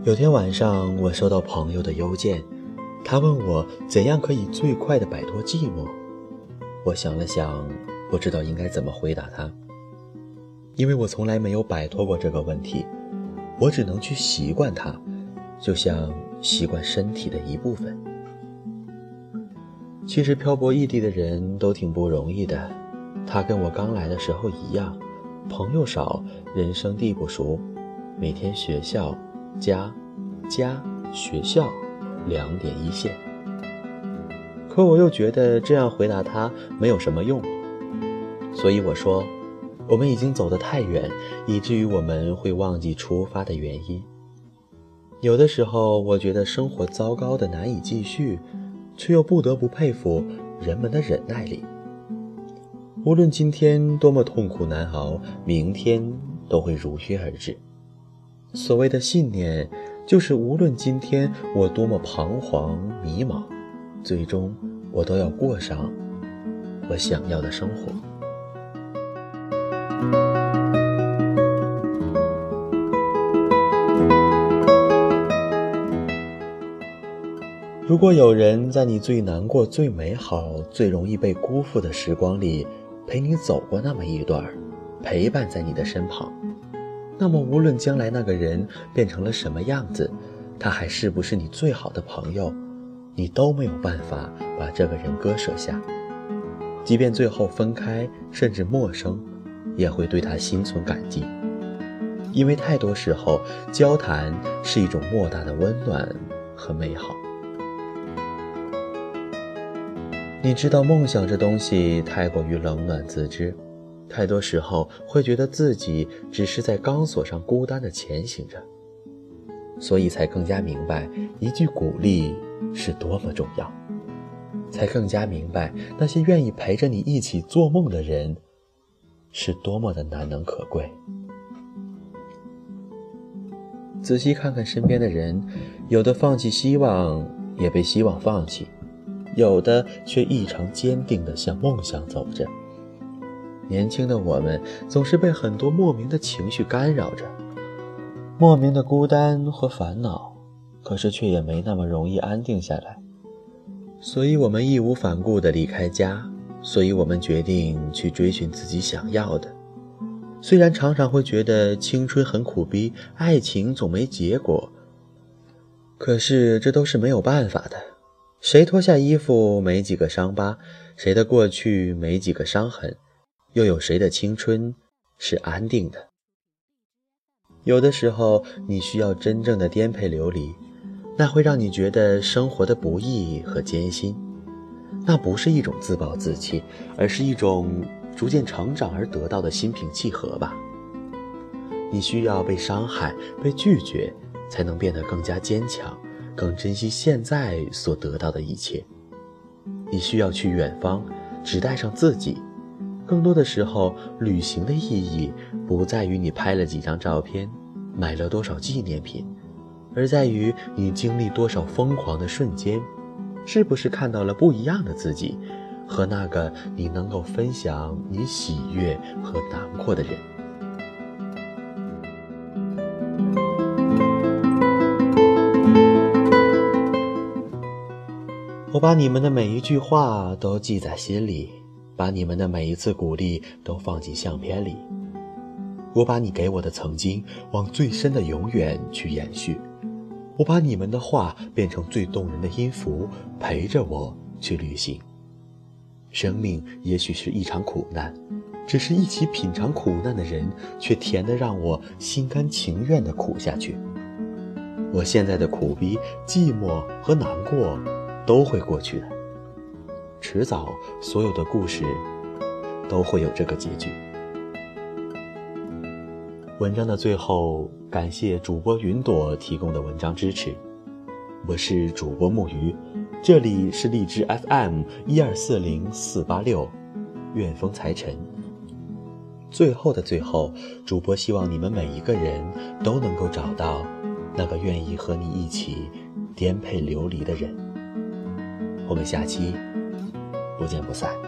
有天晚上，我收到朋友的邮件，他问我怎样可以最快地摆脱寂寞。我想了想，不知道应该怎么回答他，因为我从来没有摆脱过这个问题，我只能去习惯它，就像习惯身体的一部分。其实漂泊异地的人都挺不容易的，他跟我刚来的时候一样，朋友少，人生地不熟，每天学校家学校2点一线。可我又觉得这样回答他没有什么用，所以我说，我们已经走得太远，以至于我们会忘记出发的原因。有的时候我觉得生活糟糕的难以继续，却又不得不佩服人们的忍耐力。无论今天多么痛苦难熬，明天都会如约而至。所谓的信念，就是无论今天我多么彷徨迷茫，最终我都要过上我想要的生活。如果有人在你最难过、最美好、最容易被辜负的时光里陪你走过那么一段，陪伴在你的身旁，那么无论将来那个人变成了什么样子，他还是不是你最好的朋友，你都没有办法把这个人割舍下。即便最后分开，甚至陌生，也会对他心存感激。因为太多时候，交谈是一种莫大的温暖和美好。你知道，梦想这东西太过于冷暖自知，太多时候会觉得自己只是在钢索上孤单地前行着，所以才更加明白一句鼓励是多么重要，才更加明白那些愿意陪着你一起做梦的人是多么的难能可贵。仔细看看身边的人，有的放弃希望，也被希望放弃，有的却异常坚定地向梦想走着。年轻的我们总是被很多莫名的情绪干扰着，莫名的孤单和烦恼，可是却也没那么容易安定下来。所以我们义无反顾地离开家，所以我们决定去追寻自己想要的。虽然常常会觉得青春很苦逼，爱情总没结果，可是这都是没有办法的。谁脱下衣服没几个伤疤，谁的过去没几个伤痕，又有谁的青春是安定的？有的时候你需要真正的颠沛流离，那会让你觉得生活的不易和艰辛。那不是一种自暴自弃，而是一种逐渐成长而得到的心平气和吧。你需要被伤害、被拒绝，才能变得更加坚强，更珍惜现在所得到的一切。你需要去远方，只带上自己。更多的时候，旅行的意义不在于你拍了几张照片，买了多少纪念品，而在于你经历多少疯狂的瞬间，是不是看到了不一样的自己，和那个你能够分享你喜悦和难过的人。我把你们的每一句话都记在心里，把你们的每一次鼓励都放进相片里。我把你给我的曾经往最深的永远去延续，我把你们的话变成最动人的音符，陪着我去旅行。生命也许是一场苦难，只是一起品尝苦难的人，却甜得让我心甘情愿地苦下去。我现在的苦逼、寂寞和难过都会过去的，迟早所有的故事都会有这个结局。文章的最后，感谢主播云朵提供的文章支持。我是主播木鱼，这里是荔枝 FM1240486，愿风财神。最后的最后，主播希望你们每一个人都能够找到那个愿意和你一起颠沛流离的人。我们下期不见不散。